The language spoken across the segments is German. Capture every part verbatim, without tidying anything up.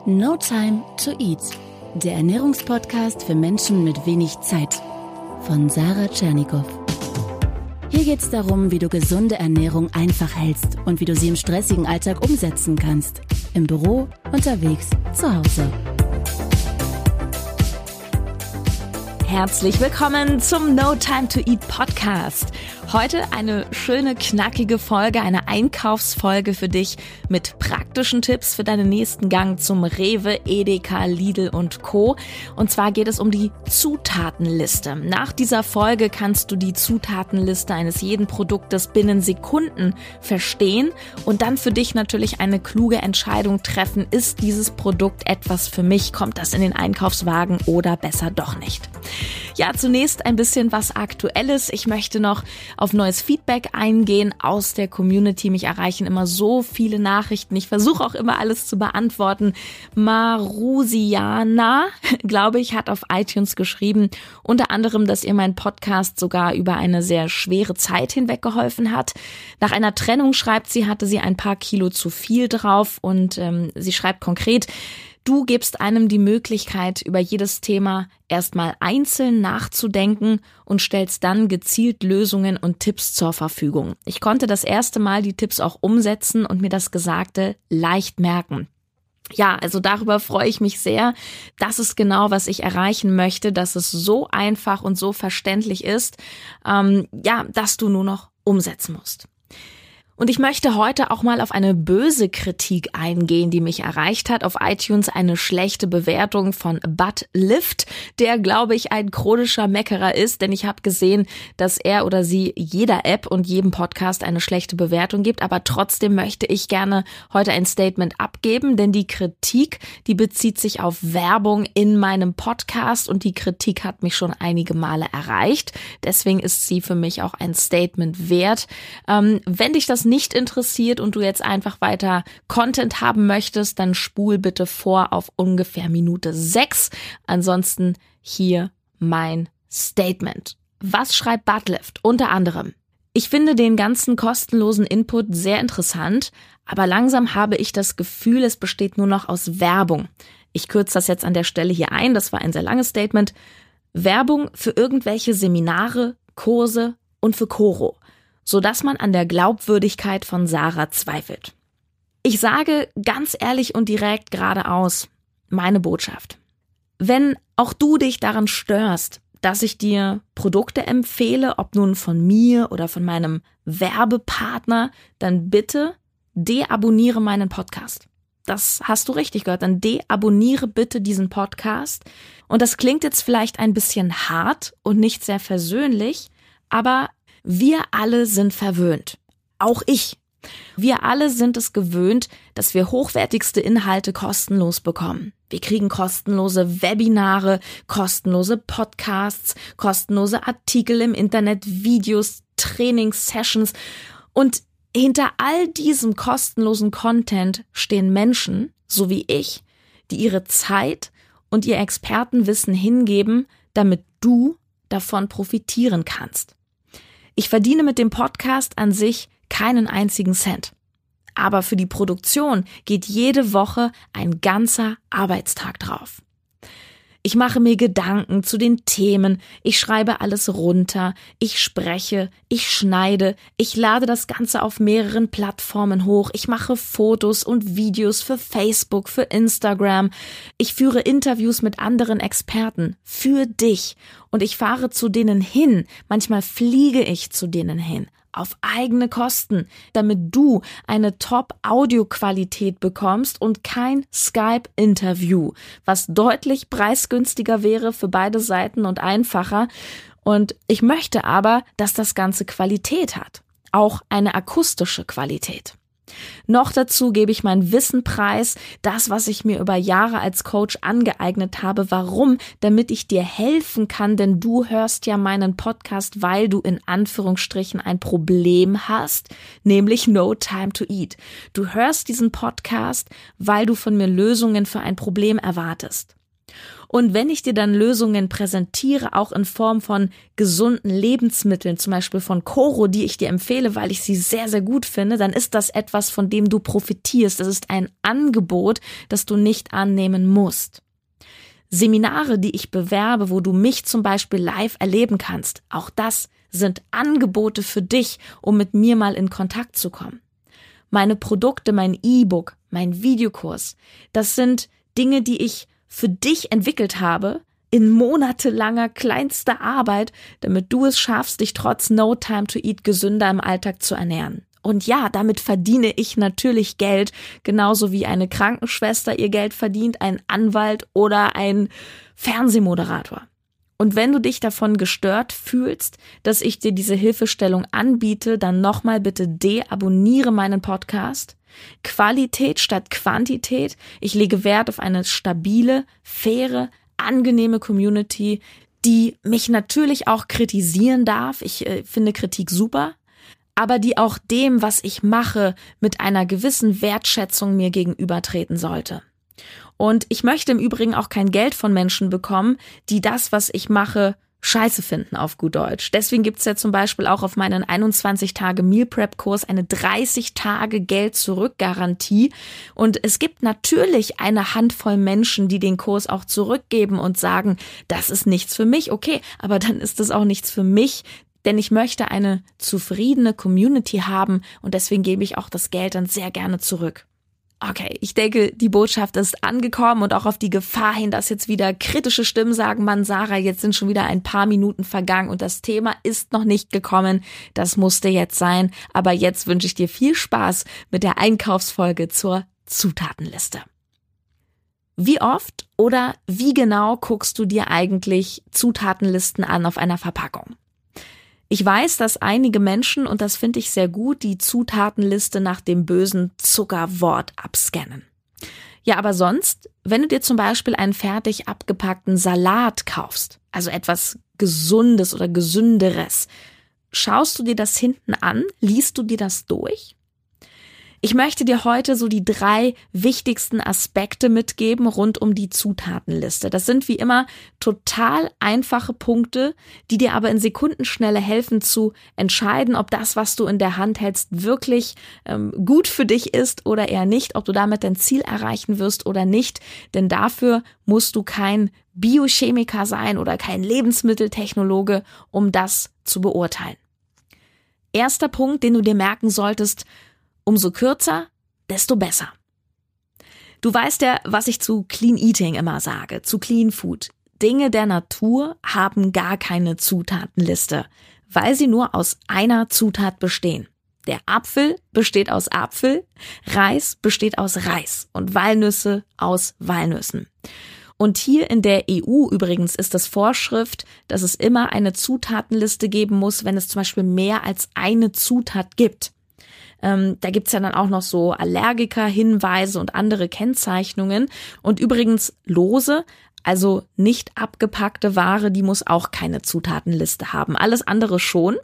No Time to Eat, der Ernährungspodcast für Menschen mit wenig Zeit von Sarah Tschernikow. Hier geht's darum, wie du gesunde Ernährung einfach hältst und wie du sie im stressigen Alltag umsetzen kannst. Im Büro, unterwegs, zu Hause. Herzlich willkommen zum No Time to Eat Podcast. Heute eine schöne, knackige Folge, eine Einkaufsfolge für dich mit praktischen Tipps für deinen nächsten Gang zum Rewe, Edeka, Lidl und Co. Und zwar geht es um die Zutatenliste. Nach dieser Folge kannst du die Zutatenliste eines jeden Produktes binnen Sekunden verstehen und dann für dich natürlich eine kluge Entscheidung treffen, ist dieses Produkt etwas für mich, kommt das in den Einkaufswagen oder besser doch nicht. Ja, zunächst ein bisschen was Aktuelles. Ich möchte noch auf neues Feedback eingehen aus der Community. Mich erreichen immer so viele Nachrichten. Ich versuche auch immer alles zu beantworten. Marusiana, glaube ich, hat auf iTunes geschrieben, unter anderem, dass ihr mein Podcast sogar über eine sehr schwere Zeit hinweg geholfen hat. Nach einer Trennung, schreibt sie, hatte sie ein paar Kilo zu viel drauf und ähm, sie schreibt konkret: Du gibst einem die Möglichkeit, über jedes Thema erstmal einzeln nachzudenken und stellst dann gezielt Lösungen und Tipps zur Verfügung. Ich konnte das erste Mal die Tipps auch umsetzen und mir das Gesagte leicht merken. Ja, also darüber freue ich mich sehr. Das ist genau, was ich erreichen möchte, dass es so einfach und so verständlich ist, ähm, ja, dass du nur noch umsetzen musst. Und ich möchte heute auch mal auf eine böse Kritik eingehen, die mich erreicht hat. Auf iTunes eine schlechte Bewertung von Buttlift, der, glaube ich, ein chronischer Meckerer ist, denn ich habe gesehen, dass er oder sie jeder App und jedem Podcast eine schlechte Bewertung gibt. Aber trotzdem möchte ich gerne heute ein Statement abgeben, denn die Kritik, die bezieht sich auf Werbung in meinem Podcast und die Kritik hat mich schon einige Male erreicht. Deswegen ist sie für mich auch ein Statement wert. Ähm, wenn dich das nicht interessiert und du jetzt einfach weiter Content haben möchtest, dann spul bitte vor auf ungefähr Minute sechs. Ansonsten hier mein Statement. Was schreibt Buttlift? Unter anderem: Ich finde den ganzen kostenlosen Input sehr interessant, aber langsam habe ich das Gefühl, es besteht nur noch aus Werbung. Ich kürze das jetzt an der Stelle hier ein, das war ein sehr langes Statement. Werbung für irgendwelche Seminare, Kurse und für Koro, sodass man an der Glaubwürdigkeit von Sarah zweifelt. Ich sage ganz ehrlich und direkt geradeaus meine Botschaft. Wenn auch du dich daran störst, dass ich dir Produkte empfehle, ob nun von mir oder von meinem Werbepartner, dann bitte deabonniere meinen Podcast. Das hast du richtig gehört, dann deabonniere bitte diesen Podcast. Und das klingt jetzt vielleicht ein bisschen hart und nicht sehr versöhnlich, aber wir alle sind verwöhnt. Auch ich. Wir alle sind es gewöhnt, dass wir hochwertigste Inhalte kostenlos bekommen. Wir kriegen kostenlose Webinare, kostenlose Podcasts, kostenlose Artikel im Internet, Videos, Trainingssessions. Und hinter all diesem kostenlosen Content stehen Menschen, so wie ich, die ihre Zeit und ihr Expertenwissen hingeben, damit du davon profitieren kannst. Ich verdiene mit dem Podcast an sich keinen einzigen Cent. Aber für die Produktion geht jede Woche ein ganzer Arbeitstag drauf. Ich mache mir Gedanken zu den Themen, ich schreibe alles runter, ich spreche, ich schneide, ich lade das Ganze auf mehreren Plattformen hoch, ich mache Fotos und Videos für Facebook, für Instagram, ich führe Interviews mit anderen Experten für dich und ich fahre zu denen hin, manchmal fliege ich zu denen hin. Auf eigene Kosten, damit du eine Top-Audioqualität bekommst und kein Skype-Interview, was deutlich preisgünstiger wäre für beide Seiten und einfacher. Und ich möchte aber, dass das Ganze Qualität hat, auch eine akustische Qualität. Noch dazu gebe ich mein Wissen preis, das, was ich mir über Jahre als Coach angeeignet habe. Warum? Damit ich dir helfen kann, denn du hörst ja meinen Podcast, weil du in Anführungsstrichen ein Problem hast, nämlich No Time to Eat. Du hörst diesen Podcast, weil du von mir Lösungen für ein Problem erwartest. Und wenn ich dir dann Lösungen präsentiere, auch in Form von gesunden Lebensmitteln, zum Beispiel von Koro, die ich dir empfehle, weil ich sie sehr, sehr gut finde, dann ist das etwas, von dem du profitierst. Das ist ein Angebot, das du nicht annehmen musst. Seminare, die ich bewerbe, wo du mich zum Beispiel live erleben kannst, auch das sind Angebote für dich, um mit mir mal in Kontakt zu kommen. Meine Produkte, mein E-Book, mein Videokurs, das sind Dinge, die ich für dich entwickelt habe, in monatelanger kleinster Arbeit, damit du es schaffst, dich trotz No Time to Eat gesünder im Alltag zu ernähren. Und ja, damit verdiene ich natürlich Geld, genauso wie eine Krankenschwester ihr Geld verdient, ein Anwalt oder ein Fernsehmoderator. Und wenn du dich davon gestört fühlst, dass ich dir diese Hilfestellung anbiete, dann nochmal bitte deabonniere meinen Podcast. Qualität statt Quantität. Ich lege Wert auf eine stabile, faire, angenehme Community, die mich natürlich auch kritisieren darf. Ich äh, finde Kritik super, aber die auch dem, was ich mache, mit einer gewissen Wertschätzung mir gegenübertreten sollte. Und ich möchte im Übrigen auch kein Geld von Menschen bekommen, die das, was ich mache, scheiße finden auf gut Deutsch. Deswegen gibt's ja zum Beispiel auch auf meinen einundzwanzig Tage Meal Prep Kurs eine dreißig Tage Geld-Zurück-Garantie. Und es gibt natürlich eine Handvoll Menschen, die den Kurs auch zurückgeben und sagen, das ist nichts für mich. Okay, aber dann ist es auch nichts für mich, denn ich möchte eine zufriedene Community haben und deswegen gebe ich auch das Geld dann sehr gerne zurück. Okay, ich denke, die Botschaft ist angekommen und auch auf die Gefahr hin, dass jetzt wieder kritische Stimmen sagen, Mann, Sarah, jetzt sind schon wieder ein paar Minuten vergangen und das Thema ist noch nicht gekommen. Das musste jetzt sein. Aber jetzt wünsche ich dir viel Spaß mit der Einkaufsfolge zur Zutatenliste. Wie oft oder wie genau guckst du dir eigentlich Zutatenlisten an auf einer Verpackung? Ich weiß, dass einige Menschen, und das finde ich sehr gut, die Zutatenliste nach dem bösen Zuckerwort abscannen. Ja, aber sonst, wenn du dir zum Beispiel einen fertig abgepackten Salat kaufst, also etwas Gesundes oder Gesünderes, schaust du dir das hinten an? Liest du dir das durch? Ich möchte dir heute so die drei wichtigsten Aspekte mitgeben rund um die Zutatenliste. Das sind wie immer total einfache Punkte, die dir aber in Sekundenschnelle helfen zu entscheiden, ob das, was du in der Hand hältst, wirklich ähm, gut für dich ist oder eher nicht, ob du damit dein Ziel erreichen wirst oder nicht. Denn dafür musst du kein Biochemiker sein oder kein Lebensmitteltechnologe, um das zu beurteilen. Erster Punkt, den du dir merken solltest: Umso kürzer, desto besser. Du weißt ja, was ich zu Clean Eating immer sage, zu Clean Food. Dinge der Natur haben gar keine Zutatenliste, weil sie nur aus einer Zutat bestehen. Der Apfel besteht aus Apfel, Reis besteht aus Reis und Walnüsse aus Walnüssen. Und hier in der E U übrigens ist es Vorschrift, dass es immer eine Zutatenliste geben muss, wenn es zum Beispiel mehr als eine Zutat gibt. Ähm, da gibt's ja dann auch noch so Allergiker-Hinweise und andere Kennzeichnungen. Und übrigens lose, also nicht abgepackte Ware, die muss auch keine Zutatenliste haben. Alles andere schon.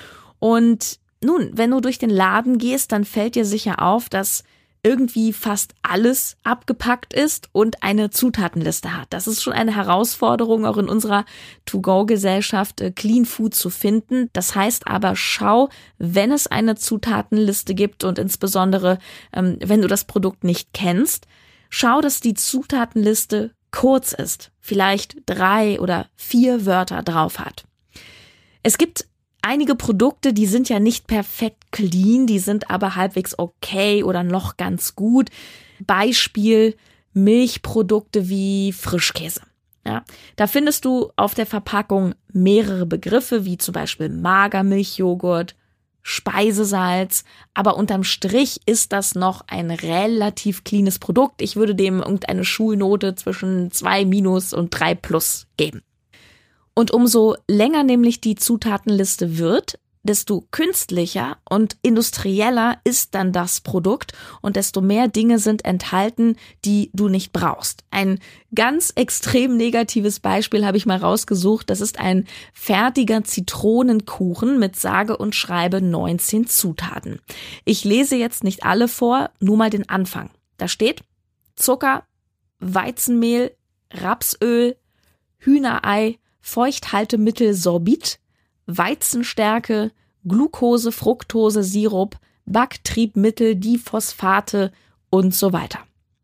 Und nun, wenn du durch den Laden gehst, dann fällt dir sicher auf, dass irgendwie fast alles abgepackt ist und eine Zutatenliste hat. Das ist schon eine Herausforderung, auch in unserer To-Go-Gesellschaft Clean Food zu finden. Das heißt aber, schau, wenn es eine Zutatenliste gibt und insbesondere, ähm, wenn du das Produkt nicht kennst, schau, dass die Zutatenliste kurz ist, vielleicht drei oder vier Wörter drauf hat. Es gibt einige Produkte, die sind ja nicht perfekt clean, die sind aber halbwegs okay oder noch ganz gut. Beispiel Milchprodukte wie Frischkäse. Ja, da findest du auf der Verpackung mehrere Begriffe, wie zum Beispiel Magermilchjoghurt, Speisesalz, aber unterm Strich ist das noch ein relativ cleanes Produkt. Ich würde dem irgendeine Schulnote zwischen zwei minus und drei plus geben. Und umso länger nämlich die Zutatenliste wird, desto künstlicher und industrieller ist dann das Produkt und desto mehr Dinge sind enthalten, die du nicht brauchst. Ein ganz extrem negatives Beispiel habe ich mal rausgesucht. Das ist ein fertiger Zitronenkuchen mit sage und schreibe neunzehn Zutaten. Ich lese jetzt nicht alle vor, nur mal den Anfang. Da steht Zucker, Weizenmehl, Rapsöl, Hühnerei, Feuchthaltemittel Sorbit, Weizenstärke, Glucose, Fructose, Sirup, Backtriebmittel, Diphosphate und so weiter.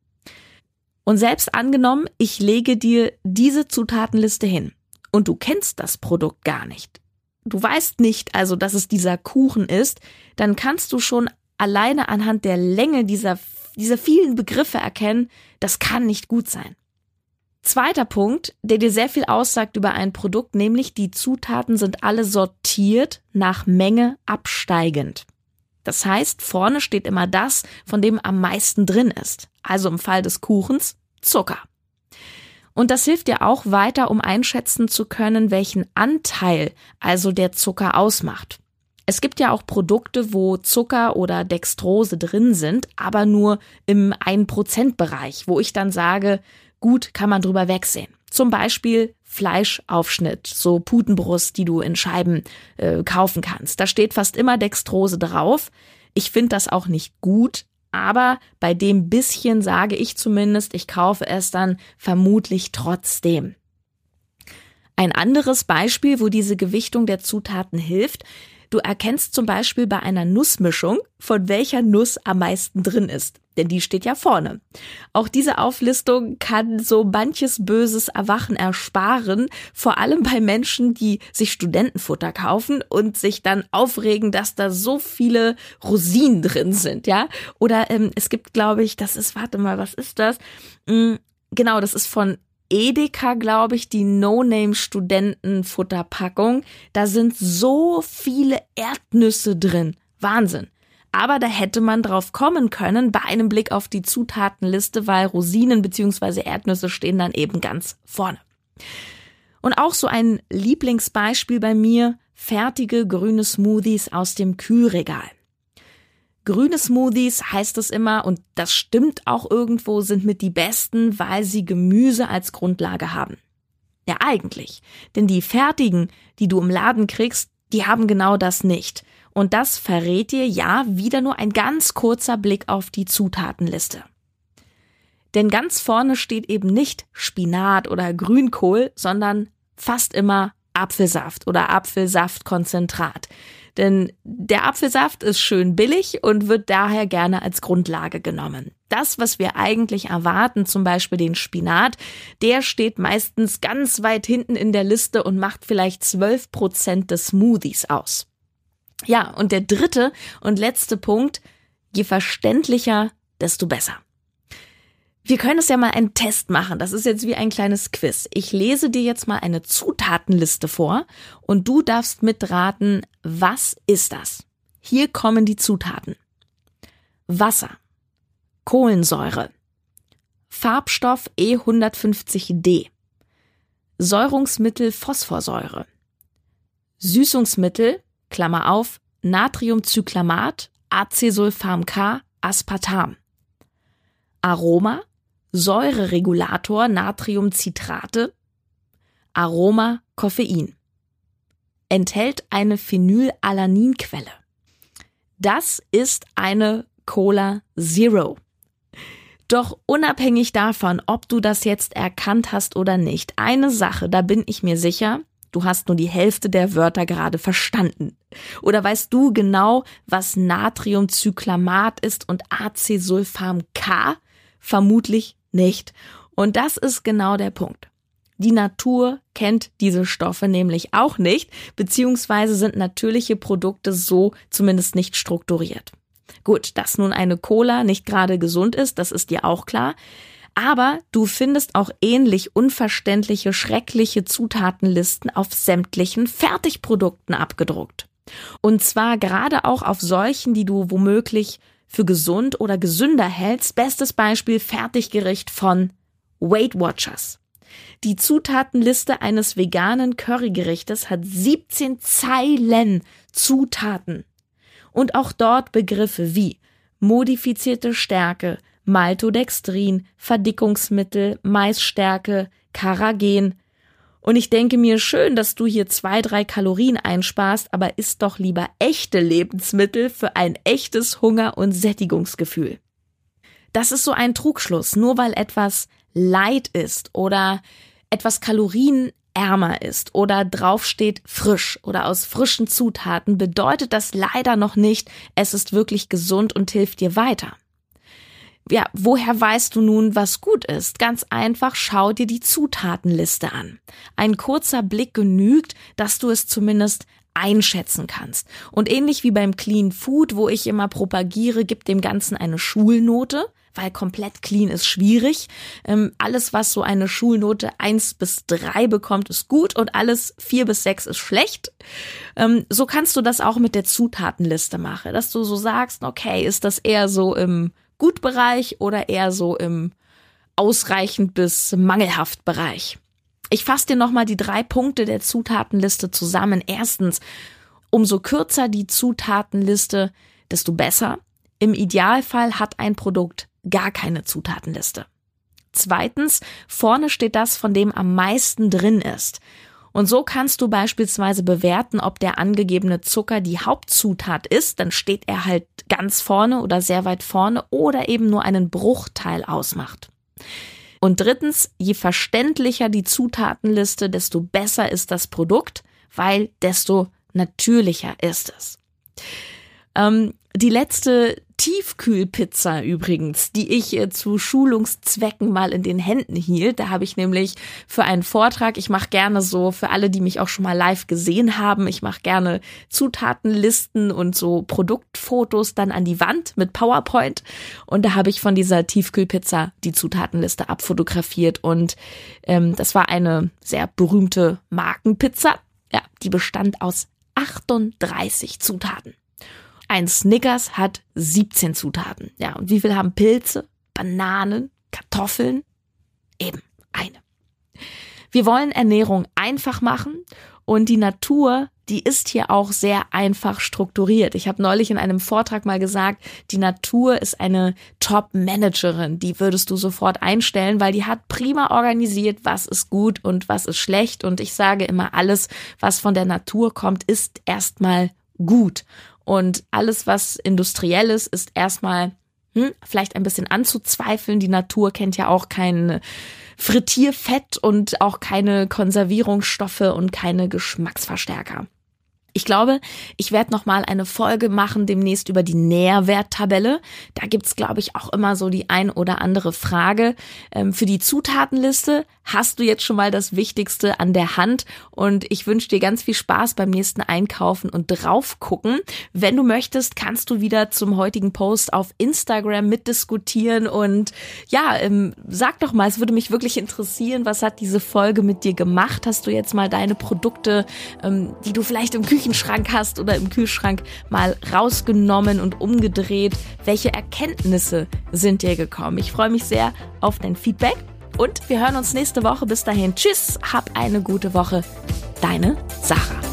Und selbst angenommen, ich lege dir diese Zutatenliste hin und du kennst das Produkt gar nicht. Du weißt nicht also, dass es dieser Kuchen ist, dann kannst du schon alleine anhand der Länge dieser, dieser vielen Begriffe erkennen, das kann nicht gut sein. Zweiter Punkt, der dir sehr viel aussagt über ein Produkt, nämlich die Zutaten sind alle sortiert nach Menge absteigend. Das heißt, vorne steht immer das, von dem am meisten drin ist. Also im Fall des Kuchens Zucker. Und das hilft dir auch weiter, um einschätzen zu können, welchen Anteil also der Zucker ausmacht. Es gibt ja auch Produkte, wo Zucker oder Dextrose drin sind, aber nur im ein Prozent Bereich, wo ich dann sage, gut, kann man drüber wegsehen. Zum Beispiel Fleischaufschnitt, so Putenbrust, die du in Scheiben äh, kaufen kannst. Da steht fast immer Dextrose drauf. Ich finde das auch nicht gut, aber bei dem bisschen sage ich zumindest, ich kaufe es dann vermutlich trotzdem. Ein anderes Beispiel, wo diese Gewichtung der Zutaten hilft, du erkennst zum Beispiel bei einer Nussmischung, von welcher Nuss am meisten drin ist. Denn die steht ja vorne. Auch diese Auflistung kann so manches böses Erwachen ersparen, vor allem bei Menschen, die sich Studentenfutter kaufen und sich dann aufregen, dass da so viele Rosinen drin sind, ja. Oder ähm, es gibt, glaube ich, das ist, warte mal, was ist das? Hm, genau, das ist von Edeka, glaube ich, die No-Name-Studentenfutterpackung. Da sind so viele Erdnüsse drin. Wahnsinn. Aber da hätte man drauf kommen können bei einem Blick auf die Zutatenliste, weil Rosinen bzw. Erdnüsse stehen dann eben ganz vorne. Und auch so ein Lieblingsbeispiel bei mir, fertige grüne Smoothies aus dem Kühlregal. Grüne Smoothies heißt es immer, und das stimmt auch irgendwo, sind mit die besten, weil sie Gemüse als Grundlage haben. Ja, eigentlich. Denn die fertigen, die du im Laden kriegst, die haben genau das nicht. Und das verrät dir ja wieder nur ein ganz kurzer Blick auf die Zutatenliste. Denn ganz vorne steht eben nicht Spinat oder Grünkohl, sondern fast immer Apfelsaft oder Apfelsaftkonzentrat. Denn der Apfelsaft ist schön billig und wird daher gerne als Grundlage genommen. Das, was wir eigentlich erwarten, zum Beispiel den Spinat, der steht meistens ganz weit hinten in der Liste und macht vielleicht zwölf Prozent des Smoothies aus. Ja, und der dritte und letzte Punkt, je verständlicher, desto besser. Wir können es ja mal einen Test machen, das ist jetzt wie ein kleines Quiz. Ich lese dir jetzt mal eine Zutatenliste vor und du darfst mitraten, was ist das? Hier kommen die Zutaten. Wasser, Kohlensäure, Farbstoff E hundertfünfzig D, Säurungsmittel Phosphorsäure, Süßungsmittel, Klammer auf, Natriumcyclamat, Acesulfam K, Aspartam. Aroma, Säureregulator, Natriumcitrate. Aroma, Koffein. Enthält eine Phenylalaninquelle. Das ist eine Cola Zero. Doch unabhängig davon, ob du das jetzt erkannt hast oder nicht, eine Sache, da bin ich mir sicher, du hast nur die Hälfte der Wörter gerade verstanden. Oder weißt du genau, was Natriumcyclamat ist und Acesulfam K? Vermutlich nicht. Und das ist genau der Punkt. Die Natur kennt diese Stoffe nämlich auch nicht, beziehungsweise sind natürliche Produkte so zumindest nicht strukturiert. Gut, dass nun eine Cola nicht gerade gesund ist, das ist dir auch klar. Aber du findest auch ähnlich unverständliche, schreckliche Zutatenlisten auf sämtlichen Fertigprodukten abgedruckt. Und zwar gerade auch auf solchen, die du womöglich für gesund oder gesünder hältst. Bestes Beispiel Fertiggericht von Weight Watchers. Die Zutatenliste eines veganen Currygerichtes hat siebzehn Zeilen Zutaten. Und auch dort Begriffe wie modifizierte Stärke, Maltodextrin, Verdickungsmittel, Maisstärke, Carrageen. Und ich denke mir, schön, dass du hier zwei, drei Kalorien einsparst, aber isst doch lieber echte Lebensmittel für ein echtes Hunger- und Sättigungsgefühl. das ist so ein Trugschluss. Nur weil etwas light ist oder etwas kalorienärmer ist oder draufsteht frisch oder aus frischen Zutaten, bedeutet das leider noch nicht, es ist wirklich gesund und hilft dir weiter. Ja, woher weißt du nun, was gut ist? Ganz einfach, schau dir die Zutatenliste an. Ein kurzer Blick genügt, dass du es zumindest einschätzen kannst. Und ähnlich wie beim Clean Food, wo ich immer propagiere, gib dem Ganzen eine Schulnote, weil komplett clean ist schwierig. Ähm, alles, was so eine Schulnote eins bis drei bekommt, ist gut und alles vier bis sechs ist schlecht. Ähm, so kannst du das auch mit der Zutatenliste machen, dass du so sagst, okay, ist das eher so im Gutbereich oder eher so im ausreichend bis mangelhaft Bereich. Ich fasse dir nochmal die drei Punkte der Zutatenliste zusammen. Erstens, umso kürzer die Zutatenliste, desto besser. Im Idealfall hat ein Produkt gar keine Zutatenliste. Zweitens, vorne steht das, von dem am meisten drin ist. Und so kannst du beispielsweise bewerten, ob der angegebene Zucker die Hauptzutat ist, dann steht er halt ganz vorne oder sehr weit vorne oder eben nur einen Bruchteil ausmacht. Und drittens, je verständlicher die Zutatenliste, desto besser ist das Produkt, weil desto natürlicher ist es. Ähm, die letzte Tiefkühlpizza übrigens, die ich äh, zu Schulungszwecken mal in den Händen hielt. Da habe ich nämlich für einen Vortrag, ich mache gerne so, für alle, die mich auch schon mal live gesehen haben, ich mache gerne Zutatenlisten und so Produktfotos dann an die Wand mit PowerPoint. Und da habe ich von dieser Tiefkühlpizza die Zutatenliste abfotografiert. Und ähm, das war eine sehr berühmte Markenpizza. Ja, die bestand aus achtunddreißig Zutaten. Ein Snickers hat siebzehn Zutaten. Ja, und wie viel haben Pilze, Bananen, Kartoffeln? Eben eine. Wir wollen Ernährung einfach machen und die Natur, die ist hier auch sehr einfach strukturiert. Ich habe neulich in einem Vortrag mal gesagt, die Natur ist eine Top-Managerin. Die würdest du sofort einstellen, weil die hat prima organisiert, was ist gut und was ist schlecht. Und ich sage immer, alles, was von der Natur kommt, ist erstmal gut. Und alles, was industriell ist, ist erstmal hm, vielleicht ein bisschen anzuzweifeln. Die Natur kennt ja auch kein Frittierfett und auch keine Konservierungsstoffe und keine Geschmacksverstärker. Ich glaube, ich werde noch mal eine Folge machen demnächst über die Nährwerttabelle. Da gibt's, glaube ich, auch immer so die ein oder andere Frage. Ähm, für die Zutatenliste hast du jetzt schon mal das Wichtigste an der Hand und ich wünsche dir ganz viel Spaß beim nächsten Einkaufen und drauf gucken. Wenn du möchtest, kannst du wieder zum heutigen Post auf Instagram mitdiskutieren und ja, ähm, sag doch mal, es würde mich wirklich interessieren, was hat diese Folge mit dir gemacht? Hast du jetzt mal deine Produkte, ähm, die du vielleicht im Küchenschrank hast oder im Kühlschrank mal rausgenommen und umgedreht? Welche Erkenntnisse sind dir gekommen? Ich freue mich sehr auf dein Feedback. Und wir hören uns nächste Woche. Bis dahin, tschüss, hab eine gute Woche. Deine Sarah.